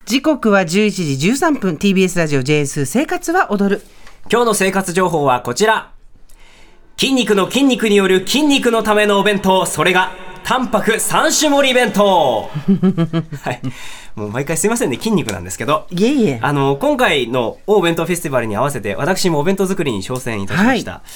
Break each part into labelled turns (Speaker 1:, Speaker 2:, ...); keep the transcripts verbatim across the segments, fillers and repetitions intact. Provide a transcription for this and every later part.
Speaker 1: 時刻はじゅういちじじゅうさんぷん ティービーエス ラジオ ジェイエス 生活は踊る。
Speaker 2: 今日の生活情報はこちら。筋肉の筋肉による筋肉のためのお弁当、それがタンパクさん種盛り弁当はい、もう毎回すいませんね、筋肉なんですけど、
Speaker 1: いえいえ、
Speaker 2: あの今回のお弁当フェスティバルに合わせて私もお弁当作りに挑戦いたしました、はい、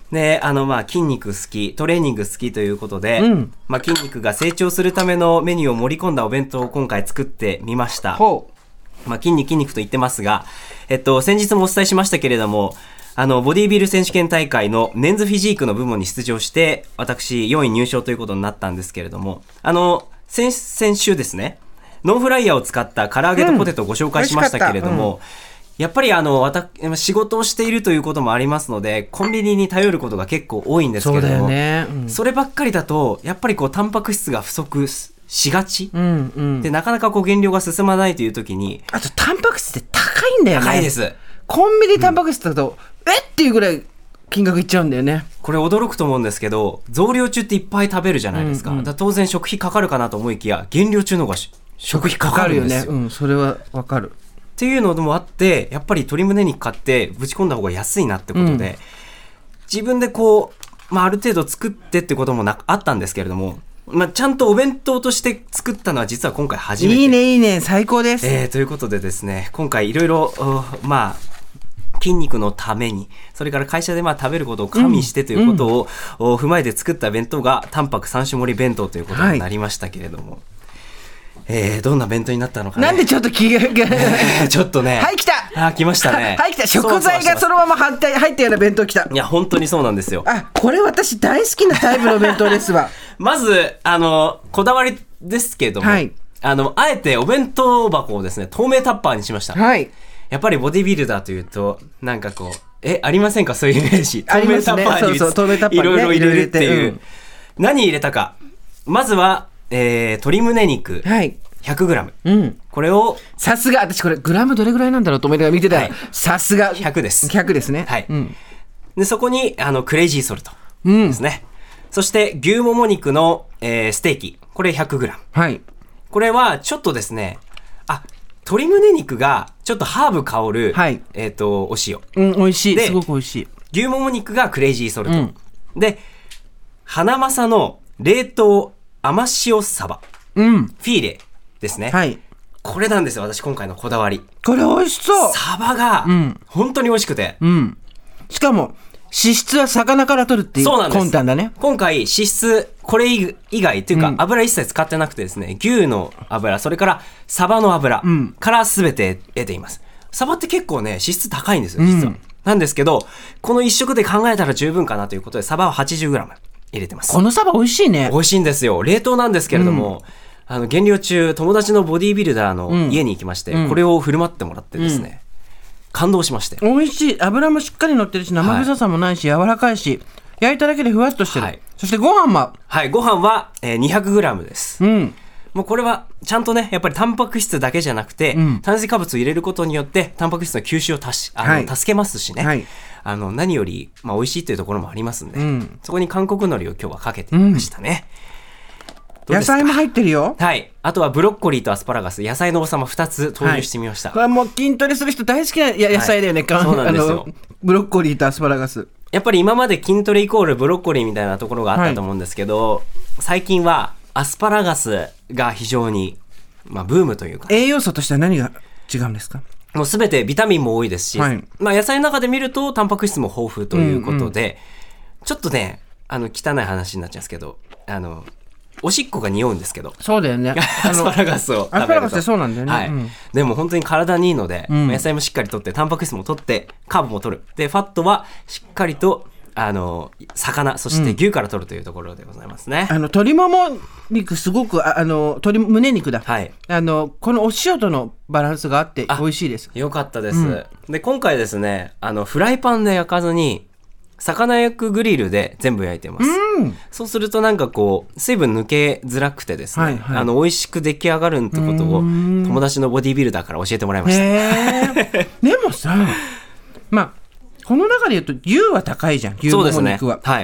Speaker 2: であのまあ筋肉好き、トレーニング好きということで、うんまあ、筋肉が成長するためのメニューを盛り込んだお弁当を今回作ってみました。ほう、まあ、筋肉筋肉と言ってますが、えっと、先日もお伝えしましたけれども、あのボディビル選手権大会のメンズフィジークの部門に出場して私よんい入賞ということになったんですけれども、あの 先, 先週ですね、ノンフライヤーを使った唐揚げとポテトをご紹介しましたけれども、うんうん、やっぱりあの私仕事をしているということもありますので、コンビニに頼ることが結構多いんですけれども、 そうだよね、うん、そればっかりだとやっぱりこうタンパク質が不足しがち、うんうん、でなかなかこう減量が進まないという時に、
Speaker 1: あとタンパク質って高いんだよね。
Speaker 2: 高いです。
Speaker 1: コンビニタンパク質だと、うん、えっていうぐらい金額いっちゃうんだよね。
Speaker 2: これ驚くと思うんですけど、増量中っていっぱい食べるじゃないですか、うんうん、だから当然食費かかるかなと思いきや、減量中の方が食費かかるんですよ。
Speaker 1: かかるよね、うん、それはわかる
Speaker 2: っていうのもあって、やっぱり鶏胸肉買ってぶち込んだ方が安いなってことで、うん、自分でこう、まあ、ある程度作ってってこともなあったんですけれども、まあ、ちゃんとお弁当として作ったのは実は今回初めて。
Speaker 1: いいねいいね、最高です、
Speaker 2: えー、ということでですね、今回いろいろまあ筋肉のために、それから会社でまあ食べることを加味してということを、うんうん、踏まえて作った弁当がタンパクさん種盛り弁当ということになりましたけれども、はい、えー、どんな弁当になったのかね。
Speaker 1: なんでちょっと気が、
Speaker 2: えー、ちょっとね、
Speaker 1: はい来た、
Speaker 2: あ来ましたね
Speaker 1: はい来た、食材がそのまま入った入ったような弁当来た。
Speaker 2: いや本当にそうなんですよ。
Speaker 1: あ、これ私大好きなタイプの弁当ですわ
Speaker 2: まずあのこだわりですけれども、はい、あのあえてお弁当箱をですね透明タッパーにしました。はい、やっぱりボディビルダーというとなんかこうえありませんか、そういうイメージ。透明タッパーにいろいろ入れるっていう、うん、何入れたか、まずは、えー、鶏胸肉、はい、ひゃくグラム、うん、これを
Speaker 1: さすが私これグラムどれぐらいなんだろうと思いながら見てたら、さすが
Speaker 2: ひゃくです。
Speaker 1: ひゃくですね。
Speaker 2: はい、うん、でそこにあのクレイジーソルトですね、うん、そして牛もも肉の、えー、ステーキ、これ ひゃくグラム、はい、これはちょっとですね、あ鶏胸肉がちょっとハーブ香る、はい、えーとお塩、
Speaker 1: うん、美味しい、すごく美味しい。
Speaker 2: 牛もも肉がクレイジーソルト、うん、で花正の冷凍甘塩サバ、うん、フィーレですね、はい、これなんですよ私今回のこだわり。
Speaker 1: これ美味しそう。
Speaker 2: サバが本当に美味しくて、うん、
Speaker 1: しかも脂質は魚から取るっていう魂胆だね。
Speaker 2: 今回脂質これ以外というか、うん、油一切使ってなくてですね、牛の油、それからサバの油から全て得ています。サバって結構ね脂質高いんですよ実は、うん、なんですけどこの一食で考えたら十分かなということでサバは はちじゅうグラム 入れてます。
Speaker 1: このサバ美味しいね。
Speaker 2: 美味しいんですよ。冷凍なんですけれども、うん、あの減量中友達のボディービルダーの家に行きまして、うん、これを振る舞ってもらってですね、うん、感動しまして。
Speaker 1: 美味しい。油もしっかり乗ってるし生臭さもないし、はい、柔らかいし焼いただけでふわっとしてる、はい、そしてご飯は
Speaker 2: はいご飯は、えー、にひゃくグラム です、うん、もうこれはちゃんとねやっぱりタンパク質だけじゃなくて、うん、炭水化物を入れることによってタンパク質の吸収を足しあの、はい、助けますしね、はい、あの何より、まあ、美味しいというところもありますんで、うん、そこに韓国海苔を今日はかけてみましたね、
Speaker 1: うん、野菜も入ってるよ。
Speaker 2: はい、あとはブロッコリーとアスパラガス、野菜の王様ふたつ投入してみました、
Speaker 1: はい、これはもう筋トレする人大好きな野菜だよね、はい、そうなんですよ。ブロッコリーとアスパラガス、
Speaker 2: やっぱり今まで筋トレイコールブロッコリーみたいなところがあったと思うんですけど、はい、最近はアスパラガスが非常に、まあ、ブームというか、
Speaker 1: 栄養素としては何が違うんですか。
Speaker 2: もう全てビタミンも多いですし、はい、まあ、野菜の中で見るとタンパク質も豊富ということで、うんうん、ちょっとねあの汚い話になっちゃうんですけど、あのおしっこが匂うんですけど。
Speaker 1: そうだよね
Speaker 2: アスパラガスを食べると。
Speaker 1: アスパラガスってそうなんだよね、
Speaker 2: はい、うん、でも本当に体にいいので、うん、野菜もしっかりとってタンパク質もとってカーボも取るで、ファットはしっかりとあの魚そして牛から取るというところでございますね、
Speaker 1: うん、あの鶏もも肉すごくああの鶏胸肉だ、はい、あのこのお塩とのバランスがあって美味しいです。
Speaker 2: よかったです、うん、で今回ですねあのフライパンで焼かずに魚焼くグリルで全部焼いてます、うん、そうするとなんかこう水分抜けづらくてですね、はいはい、あの美味しく出来上がるってことを友達のボディービルダーから教えてもらいました。
Speaker 1: へでもさまあこの中で言うと牛は高いじゃん、牛もも肉は、
Speaker 2: はい、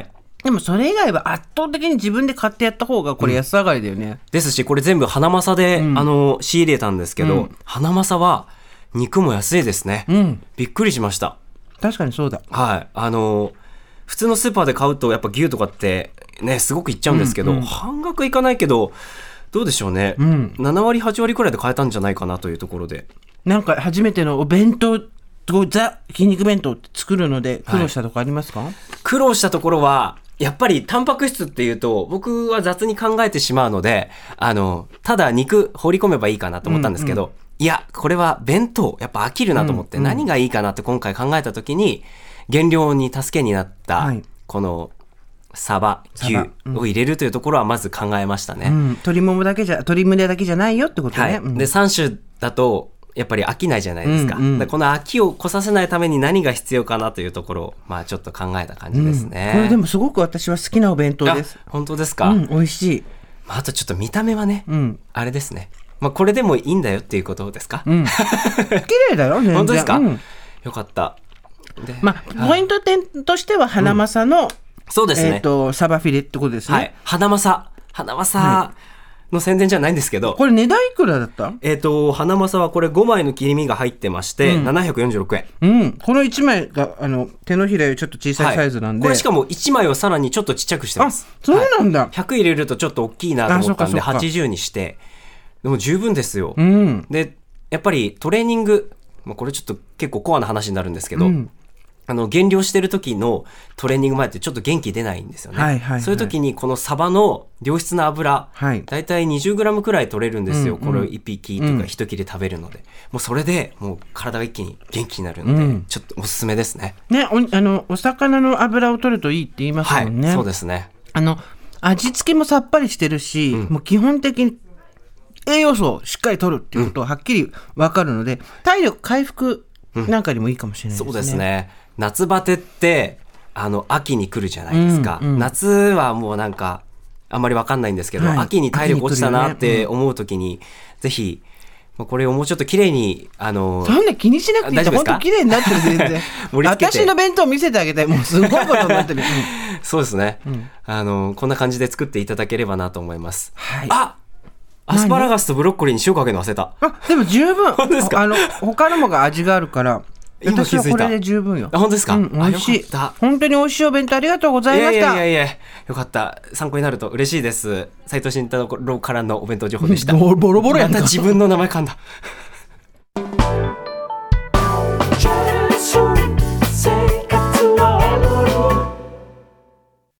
Speaker 1: でもそれ以外は圧倒的に自分で買ってやった方がこれ安上がりだよね、うん、
Speaker 2: ですしこれ全部花正で、うん、あの仕入れたんですけど、うん、花正は肉も安いですね、うん、びっくりしました。
Speaker 1: 確かにそうだ。
Speaker 2: はい、あの普通のスーパーで買うとやっぱ牛とかってねすごくいっちゃうんですけど、うんうん、半額いかないけどどうでしょうね、うん、ななわりはちわりくらいで買えたんじゃないかなというところで、
Speaker 1: なんか初めてのお弁当ザ筋肉弁当って作るので苦労したところありますか？はい、
Speaker 2: 苦労したところはやっぱりタンパク質っていうと僕は雑に考えてしまうので、あのただ肉放り込めばいいかなと思ったんですけど、うんうん、いやこれは弁当やっぱ飽きるなと思って、うんうん、何がいいかなって今回考えた時に原料に助けになった、はい、このサバ牛を入れるというところはまず考えましたね、うん、
Speaker 1: 鶏ももだけじゃ鶏胸だけじゃないよってことね、はい、
Speaker 2: うん、でさん種だとやっぱり飽きないじゃないですか、うんうん、でこの飽きを来させないために何が必要かなというところを、まあ、ちょっと考えた感じですね、
Speaker 1: うん、これでもすごく私は好きなお弁当です。
Speaker 2: 本当ですか？
Speaker 1: うん、美味しい。
Speaker 2: あとちょっと見た目はね、うん、あれですね、まあ、これでもいいんだよっていうことですか？うん、綺
Speaker 1: 麗だよ全然。
Speaker 2: 本当ですか？
Speaker 1: うん、
Speaker 2: よかった。
Speaker 1: で、まあ、ポイント点としては花正の、うん、
Speaker 2: そうですね、
Speaker 1: えーと、サバフィレってことですね。
Speaker 2: はい、花正花正の宣伝じゃないんですけど、
Speaker 1: これ値段いくらだった？
Speaker 2: えっ、ー、と花正はこれごまいの切り身が入ってまして、うん、ななひゃくよんじゅうろくえん、
Speaker 1: うん、このいちまいがあの手のひらよりちょっと小さいサイズなんで、はい、
Speaker 2: これしかもいちまいをさらにちょっとちっちゃくしてます。
Speaker 1: あ、そうなんだ、はい、
Speaker 2: ひゃく入れるとちょっと大きいなと思ったんではちじゅうにして、でも十分ですよ、うん、でやっぱりトレーニング、まあ、これちょっと結構コアな話になるんですけど、うん、あの減量してる時のトレーニング前ってちょっと元気出ないんですよね、はいはいはい、そういう時にこのサバの良質な油、はい、だいたいにじゅうグラムくらい取れるんですよ、うんうん、これをいっぴきとか一切れ食べるので、うん、もうそれでもう体が一気に元気になるので、うん、ちょっとおすすめですね。
Speaker 1: ね、お、あのお魚の油を取るといいって言いますもんね、
Speaker 2: はい、そうですね。
Speaker 1: あの味付けもさっぱりしてるし、うん、もう基本的に栄養素をしっかり取るっていうことははっきり分かるので、うん、体力回復なんかにもいいかもしれないですね、
Speaker 2: うん、そうですね。夏バテってあの秋に来るじゃないですか、うんうん、夏はもうなんかあんまり分かんないんですけど、はい、秋に体力落ちたなって思うときに、ね、うん、ぜひこれをもうちょっと綺麗にあの
Speaker 1: そんな気にしなくていいんだ。本当綺麗になってる全然私の弁当見せてあげてもうすごいことになってる、うん、
Speaker 2: そうですね、うん、あのこんな感じで作っていただければなと思います、
Speaker 1: はい、
Speaker 2: あアスパラガスとブロッコリーに塩かけるの忘れた。
Speaker 1: あでも十分
Speaker 2: 本当ですか？
Speaker 1: あの他のもが味があるから私はこれで十分よ。
Speaker 2: あ本当ですか？うん、
Speaker 1: 美味しい。本当に美味しいお弁当ありがとうございました。
Speaker 2: いやいやいやいやよかった。参考になると嬉しいです。斉藤慎太郎からのお弁当情報でした。
Speaker 1: ボロボロやんか。
Speaker 2: また自分の名前噛んだ。